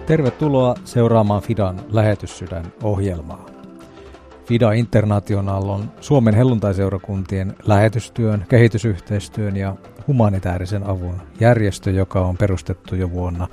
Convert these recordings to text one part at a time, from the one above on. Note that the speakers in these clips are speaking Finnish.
Tervetuloa seuraamaan FIDAn Lähetyssydän-ohjelmaa. FIDA International on Suomen helluntaiseurakuntien lähetystyön, kehitysyhteistyön ja humanitaarisen avun järjestö, joka on perustettu jo vuonna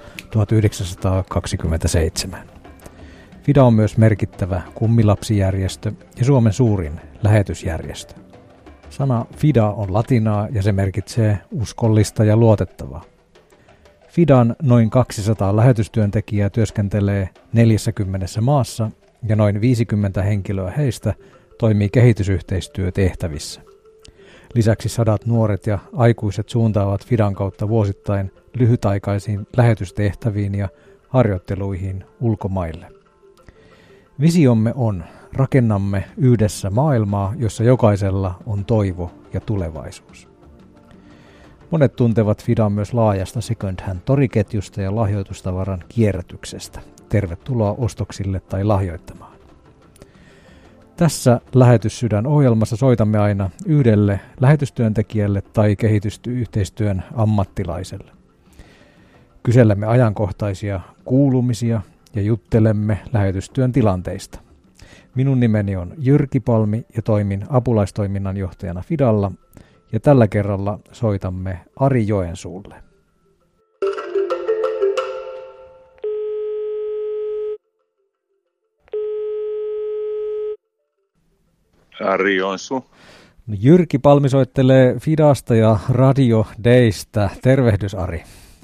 1927. FIDA on myös merkittävä kummilapsijärjestö ja Suomen suurin lähetysjärjestö. Sana FIDA on latinaa ja se merkitsee uskollista ja luotettavaa. FIDAn noin 200 lähetystyöntekijää työskentelee 40 maassa ja noin 50 henkilöä heistä toimii kehitysyhteistyötehtävissä. Lisäksi 100 nuoret ja aikuiset suuntaavat FIDAn kautta vuosittain lyhytaikaisiin lähetystehtäviin ja harjoitteluihin ulkomaille. Visiomme on: rakennamme yhdessä maailmaa, jossa jokaisella on toivo ja tulevaisuus. Monet tuntevat FIDAn myös laajasta second hand toriketjusta ja lahjoitustavaran kierrätyksestä. Tervetuloa ostoksille tai lahjoittamaan. Tässä Lähetyssydän-ohjelmassa soitamme aina yhdelle lähetystyöntekijälle tai kehitysyhteistyön ammattilaiselle. Kyselemme ajankohtaisia kuulumisia ja juttelemme lähetystyön tilanteista. Minun nimeni on Jyrki Palmi ja toimin apulaistoiminnan johtajana FIDalla. Ja tällä kerralla soitamme Ari Joensuulle. Ari Joensuu. Jyrki Palmi soittelee FIDasta ja Radio Daystä. Tervehdys, Ari.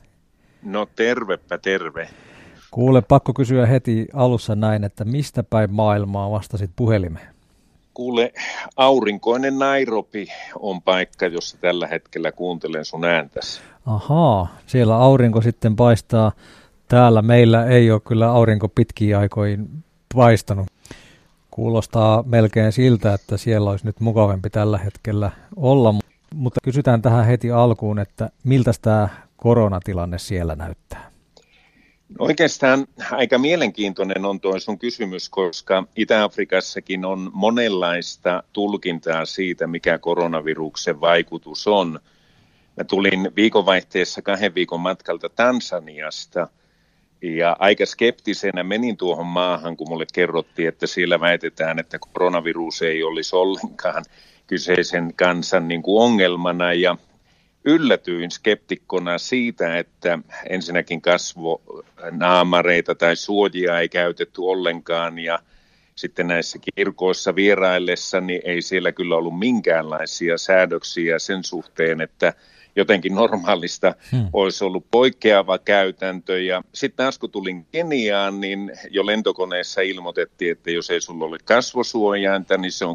No tervepä terve. Kuule, pakko kysyä heti alussa näin, että mistä päin maailmaa vastasit puhelimeen? Kuule, aurinkoinen Nairobi on paikka, jossa tällä hetkellä kuuntelen sun ääntäsi. Ahaa, siellä aurinko sitten paistaa. Täällä meillä ei ole kyllä aurinko pitkiin aikoihin paistanut. Kuulostaa melkein siltä, että siellä olisi nyt mukavampi tällä hetkellä olla. Mutta kysytään tähän heti alkuun, että miltä tämä koronatilanne siellä näyttää? Oikeastaan aika mielenkiintoinen on tuo sun kysymys, koska Itä-Afrikassakin on monenlaista tulkintaa siitä, mikä koronaviruksen vaikutus on. Mä tulin viikonvaihteessa 2 viikon matkalta Tansaniasta ja aika skeptisenä menin tuohon maahan, kun mulle kerrottiin, että siellä väitetään, että koronavirus ei olisi ollenkaan kyseisen kansan niin kuin ongelmana, ja yllätyin skeptikkona siitä, että ensinnäkin kasvonaamareita tai suojia ei käytetty ollenkaan, ja sitten näissä kirkoissa vieraillessa niin ei siellä kyllä ollut minkäänlaisia säädöksiä sen suhteen, että jotenkin normaalista olisi ollut poikkeava käytäntö. Ja sitten taas kun tulin Keniaan, niin jo lentokoneessa ilmoitettiin, että jos ei sulla ole kasvosuojainta, niin se on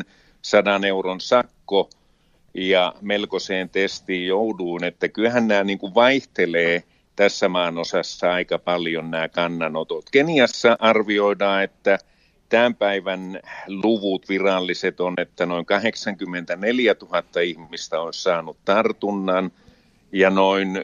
200 euron sakko. Ja melkoiseen testiin jouduin, että kyllähän nämä niin kuin vaihtelee tässä maan osassa aika paljon nämä kannanotot. Keniassa arvioidaan, että tämän päivän luvut viralliset on, että noin 84 000 ihmistä on saanut tartunnan ja noin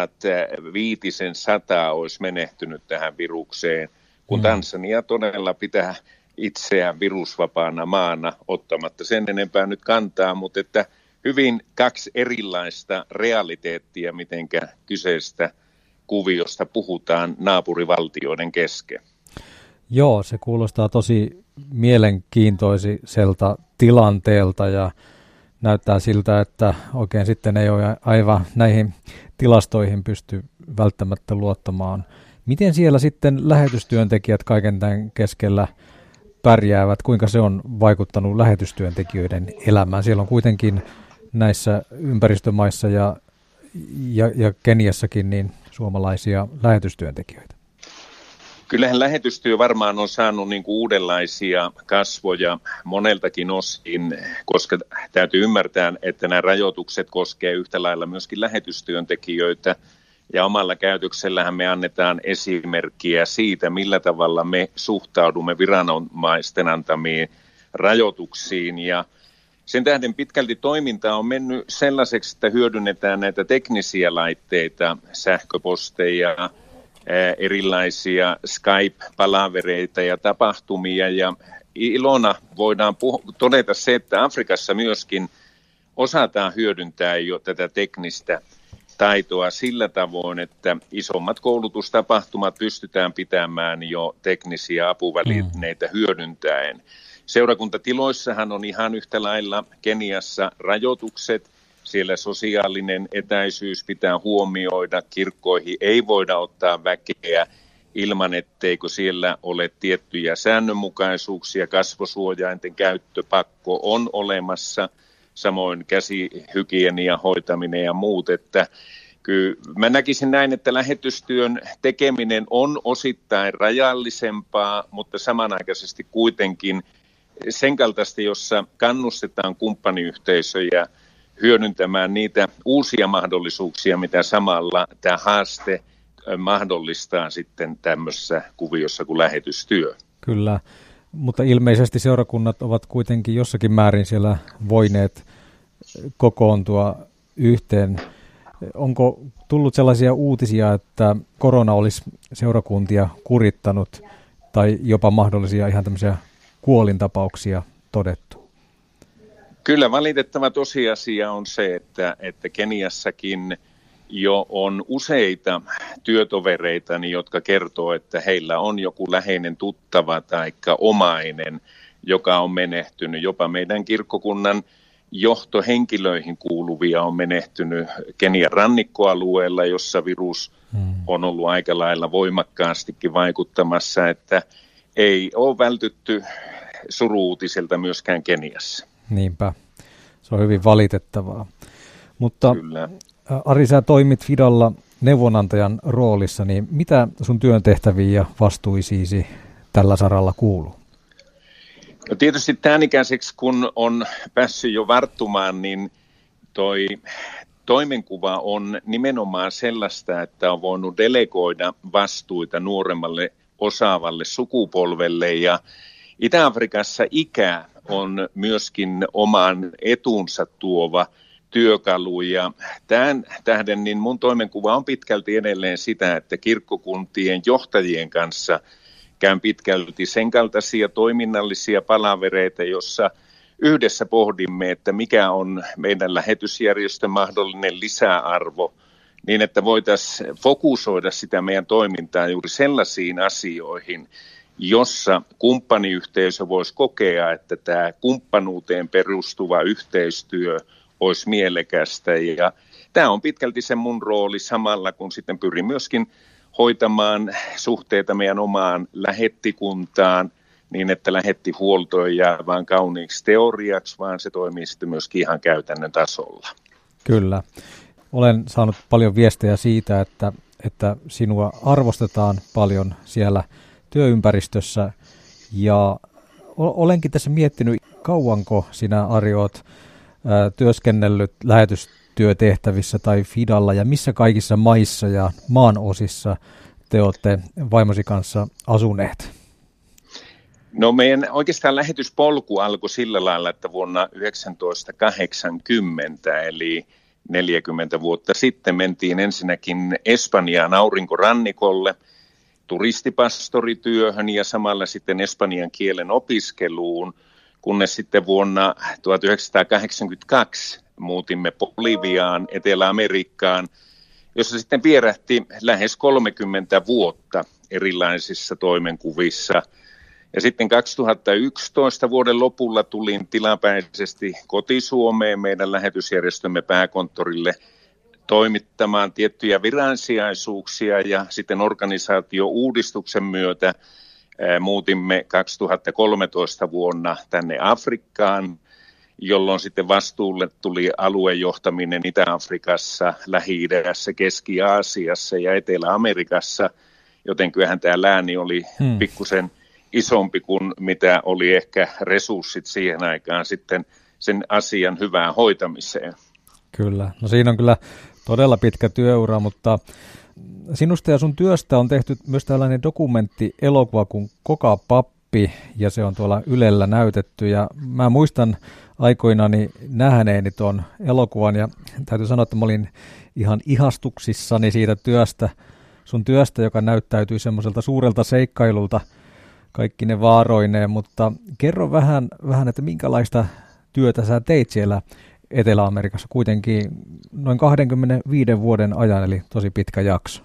1500 olisi menehtynyt tähän virukseen, kun Tansania todella pitää itseään virusvapaana maana, ottamatta sen enempää nyt kantaa, mutta että hyvin 2 erilaista realiteettia, mitenkä kyseistä kuviosta puhutaan naapurivaltioiden kesken. Joo, se kuulostaa tosi mielenkiintoiselta tilanteelta ja näyttää siltä, että oikein sitten ei ole aivan näihin tilastoihin pysty välttämättä luottamaan. Miten siellä sitten lähetystyöntekijät kaiken tämän keskellä pärjäävät? Kuinka se on vaikuttanut lähetystyöntekijöiden elämään? Siellä on kuitenkin näissä ympäristömaissa ja Keniassakin niin suomalaisia lähetystyöntekijöitä. Kyllähän lähetystyö varmaan on saanut niin kuin uudenlaisia kasvoja moneltakin osin, koska täytyy ymmärtää, että nämä rajoitukset koskevat yhtä lailla myöskin lähetystyöntekijöitä. Ja omalla käytöksellähän me annetaan esimerkkiä siitä, millä tavalla me suhtaudumme viranomaisten antamiin rajoituksiin. Ja sen tähden pitkälti toiminta on mennyt sellaiseksi, että hyödynnetään näitä teknisiä laitteita, sähköposteja, erilaisia Skype-palavereita ja tapahtumia. Ja ilona voidaan todeta se, että Afrikassa myöskin osataan hyödyntää jo tätä teknistä taitoa sillä tavoin, että isommat koulutustapahtumat pystytään pitämään jo teknisiä apuvälineitä hyödyntäen. Seurakuntatiloissahan on ihan yhtä lailla Keniassa rajoitukset. Siellä sosiaalinen etäisyys pitää huomioida, kirkkoihin ei voida ottaa väkeä ilman, etteikö siellä ole tiettyjä säännönmukaisuuksia, kasvosuojainten käyttöpakko on olemassa, samoin käsihygienia, hoitaminen ja muut, että kyllä mä näkisin näin, että lähetystyön tekeminen on osittain rajallisempaa, mutta samanaikaisesti kuitenkin sen kaltaista, jossa kannustetaan kumppaniyhteisöjä hyödyntämään niitä uusia mahdollisuuksia, mitä samalla tämä haaste mahdollistaa sitten tämmöisessä kuviossa kuin lähetystyö. Kyllä, mutta ilmeisesti seurakunnat ovat kuitenkin jossakin määrin siellä voineet kokoontua yhteen. Onko tullut sellaisia uutisia, että korona olisi seurakuntia kurittanut tai jopa mahdollisia ihan tämmöisiä kuolintapauksia todettu? Kyllä valitettava tosiasia on se, että Keniassakin jo on useita työtovereitani, jotka kertoo, että heillä on joku läheinen tuttava tai omainen, joka on menehtynyt. Jopa meidän kirkkokunnan johtohenkilöihin kuuluvia on menehtynyt Kenian rannikkoalueella, jossa virus on ollut aika lailla voimakkaastikin vaikuttamassa, että ei ole vältytty suru-uutiselta myöskään Keniassa. Niinpä, se on hyvin valitettavaa. Mutta kyllä. Ari, sä toimit Fidalla neuvonantajan roolissa, niin mitä sun työn tehtäviin ja vastuisiisi tällä saralla kuuluu? No tietysti tämän ikäiseksi, kun on päässyt jo varttumaan, niin toi toimenkuva on nimenomaan sellaista, että on voinut delegoida vastuita nuoremmalle osaavalle sukupolvelle, ja Itä-Afrikassa ikä on myöskin oman etunsa tuova työkalu, ja tämän tähden niin mun toimenkuva on pitkälti edelleen sitä, että kirkkokuntien johtajien kanssa käyn pitkälti sen kaltaisia toiminnallisia palavereita, jossa yhdessä pohdimme, että mikä on meidän lähetysjärjestön mahdollinen lisäarvo, niin että voitaisiin fokusoida sitä meidän toimintaa juuri sellaisiin asioihin, jossa kumppaniyhteisö voisi kokea, että tämä kumppanuuteen perustuva yhteistyö olisi mielekästä. Ja tämä on pitkälti se mun rooli samalla, kun sitten pyrin myöskin hoitamaan suhteita meidän omaan lähettikuntaan niin, että lähettihuolto ei jää vain kauniiksi teoriaksi, vaan se toimii sitten myöskin ihan käytännön tasolla. Kyllä. Olen saanut paljon viestejä siitä, että sinua arvostetaan paljon siellä työympäristössä, ja olenkin tässä miettinyt, kauanko sinä, Ari, olet työskennellyt lähetystyötehtävissä tai Fidalla, ja missä kaikissa maissa ja maanosissa te olette vaimosi kanssa asuneet? No meidän oikeastaan lähetyspolku alkoi sillä lailla, että vuonna 1980, eli 40 vuotta sitten, mentiin ensinnäkin Espanjaan aurinkorannikolle turistipastorityöhön ja samalla sitten espanjan kielen opiskeluun, kunnes sitten vuonna 1982 muutimme Boliviaan, Etelä-Amerikkaan, jossa sitten vierähti lähes 30 vuotta erilaisissa toimenkuvissa. Ja sitten 2011 vuoden lopulla tulin tilapäisesti koti-Suomeen meidän lähetysjärjestömme pääkonttorille toimittamaan tiettyjä viransijaisuuksia, ja sitten organisaatio-uudistuksen myötä muutimme 2013 vuonna tänne Afrikkaan, jolloin sitten vastuulle tuli aluejohtaminen Itä-Afrikassa, Lähi-idässä, Keski-Aasiassa ja Etelä-Amerikassa, joten kyllähän tämä lääni oli pikkusen isompi kuin mitä oli ehkä resurssit siihen aikaan sitten sen asian hyvään hoitamiseen. Kyllä, no siinä on kyllä todella pitkä työura, mutta sinusta ja sun työstä on tehty myös tällainen dokumenttielokuva kuin Koka pappi, ja se on tuolla Ylellä näytetty, ja mä muistan aikoinani nähneeni tuon elokuvan, ja täytyy sanoa, että mä olin ihan ihastuksissani siitä sun työstä, joka näyttäytyy semmoiselta suurelta seikkailulta kaikki ne vaaroineen, mutta kerro vähän, että minkälaista työtä sä teit siellä Etelä-Amerikassa kuitenkin noin 25 vuoden ajan, eli tosi pitkä jakso.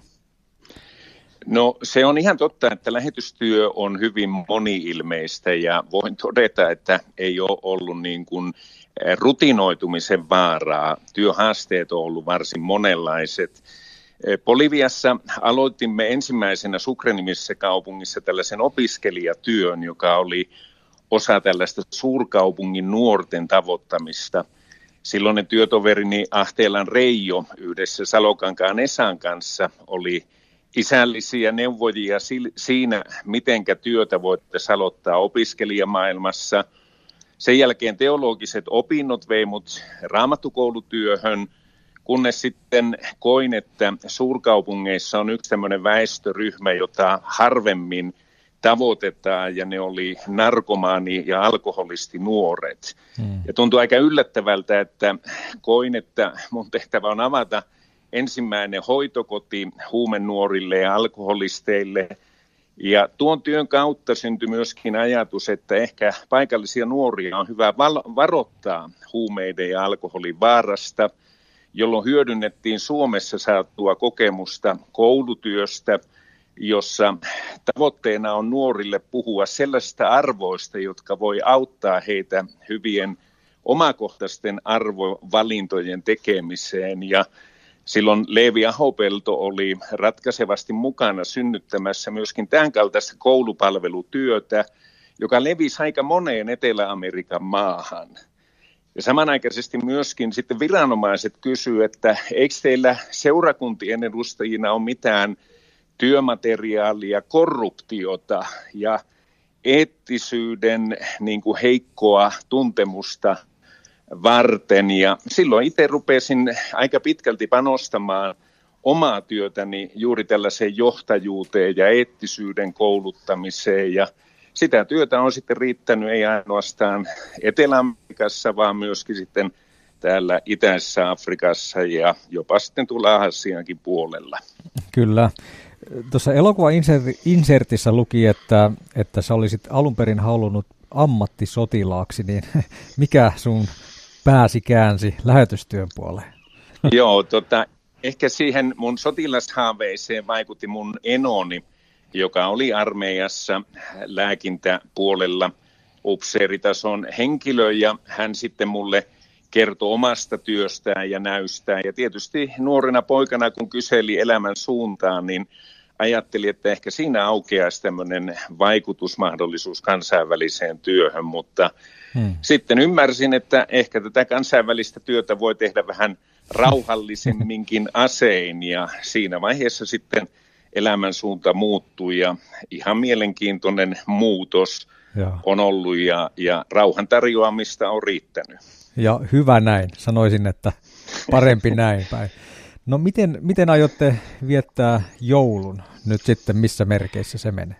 No se on ihan totta, että lähetystyö on hyvin moni-ilmeistä ja voin todeta, että ei ole ollut niin kuin rutinoitumisen vaaraa. Työhaasteet on ollut varsin monenlaiset. Boliviassa aloitimme ensimmäisenä Sucre-nimisessä kaupungissa tällaisen opiskelijatyön, joka oli osa tällaista suurkaupungin nuorten tavoittamista. Silloinen työtoverini Ahteelan Reijo yhdessä Salokankaan Esan kanssa oli isällisiä neuvojia siinä, mitenkä työtä voitte aloittaa opiskelijamaailmassa. Sen jälkeen teologiset opinnot vei mut raamattukoulutyöhön, kunnes sitten koin, että suurkaupungeissa on yksi tämmöinen väestöryhmä, jota harvemmin tavoitetaan, ja ne oli narkomaani- ja alkoholistinuoret. Ja tuntui aika yllättävältä, että koin, että mun tehtävä on avata ensimmäinen hoitokoti huumenuorille ja alkoholisteille. Ja tuon työn kautta syntyi myöskin ajatus, että ehkä paikallisia nuoria on hyvä varoittaa huumeiden ja alkoholin vaarasta, jolloin hyödynnettiin Suomessa saatua kokemusta koulutyöstä, jossa tavoitteena on nuorille puhua sellaisista arvoista, jotka voi auttaa heitä hyvien omakohtaisten arvovalintojen tekemiseen. Ja silloin Leevi Ahopelto oli ratkaisevasti mukana synnyttämässä myöskin tämän kaltaista koulupalvelutyötä, joka levisi aika moneen Etelä-Amerikan maahan. Ja samanaikaisesti myöskin sitten viranomaiset kysyivät, että eikö teillä seurakuntien edustajina ole mitään työmateriaalia, korruptiota ja eettisyyden niin kuin heikkoa tuntemusta varten. Ja silloin itse rupesin aika pitkälti panostamaan omaa työtäni juuri tällaiseen johtajuuteen ja eettisyyden kouluttamiseen. Ja sitä työtä on sitten riittänyt ei ainoastaan Etelä-Amerikassa, vaan myöskin sitten täällä Itäisessä Afrikassa ja jopa sitten tuolla Aasiankin puolella. Kyllä. Tuossa elokuva-insertissä luki, että sä olisit alun perin halunnut ammattisotilaaksi, niin mikä sun pääsi käänsi lähetystyön puoleen? Joo, ehkä siihen mun sotilashaaveeseen vaikutti mun enoni, joka oli armeijassa lääkintäpuolella upseeritason henkilö, ja hän sitten mulle kertoi omasta työstään ja näystään. Ja tietysti nuorena poikana, kun kyseli elämän suuntaan, niin ajattelin, että ehkä siinä aukeaisi tämmöinen vaikutusmahdollisuus kansainväliseen työhön, mutta sitten ymmärsin, että ehkä tätä kansainvälistä työtä voi tehdä vähän rauhallisemminkin asein, ja siinä vaiheessa sitten elämän suunta muuttui, ja ihan mielenkiintoinen muutos on ollut, ja rauhan tarjoamista on riittänyt. Ja hyvä näin, sanoisin, että parempi näin päin. No miten aiotte viettää joulun nyt sitten, missä merkeissä se menee?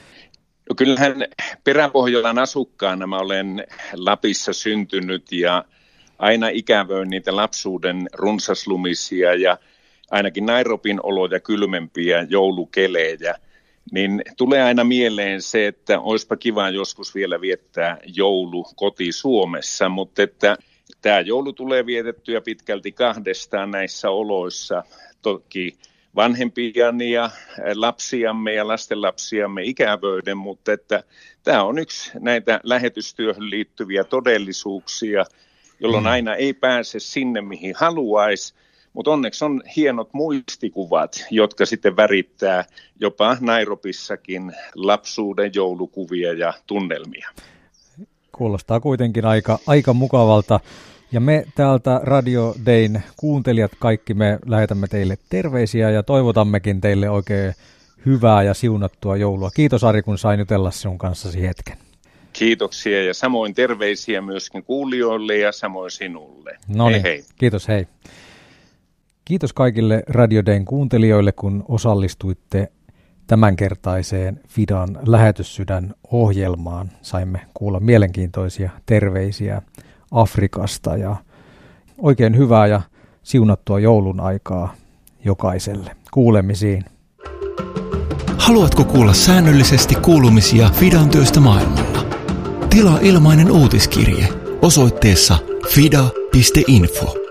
No kyllähän Peräpohjolan asukkaana mä olen Lapissa syntynyt ja aina ikävöin niitä lapsuuden runsaslumisia ja ainakin Nairobin oloja kylmempiä joulukelejä. Niin tulee aina mieleen se, että olisipa kiva joskus vielä viettää joulu koti Suomessa, mutta että tämä joulu tulee vietettyä pitkälti kahdestaan näissä oloissa. Toki vanhempiani ja lapsiamme ja lastenlapsiamme ikävöiden, mutta että tämä on yksi näitä lähetystyöhön liittyviä todellisuuksia, jolloin aina ei pääse sinne, mihin haluaisi. Mutta onneksi on hienot muistikuvat, jotka sitten värittää jopa Nairobissakin lapsuuden joulukuvia ja tunnelmia. Kuulostaa kuitenkin aika mukavalta. Ja me täältä Radio Dayn kuuntelijat kaikki me lähetämme teille terveisiä ja toivotammekin teille oikein hyvää ja siunattua joulua. Kiitos Ari, kun sain jutella sinun kanssasi hetken. Kiitoksia ja samoin terveisiä myöskin kuulijoille ja samoin sinulle. No niin, hei. Kiitos, hei. Kiitos kaikille Radio Dayn kuuntelijoille, kun osallistuitte tämänkertaiseen Fidan Lähetyssydän-ohjelmaan. Saimme kuulla mielenkiintoisia terveisiä Afrikasta ja oikein hyvää ja siunattua joulun aikaa jokaiselle. Kuulemisiin. Haluatko kuulla säännöllisesti kuulumisia Fidan työstä maailmalla? Tilaa ilmainen uutiskirje osoitteessa fida.org. yle.fi.info.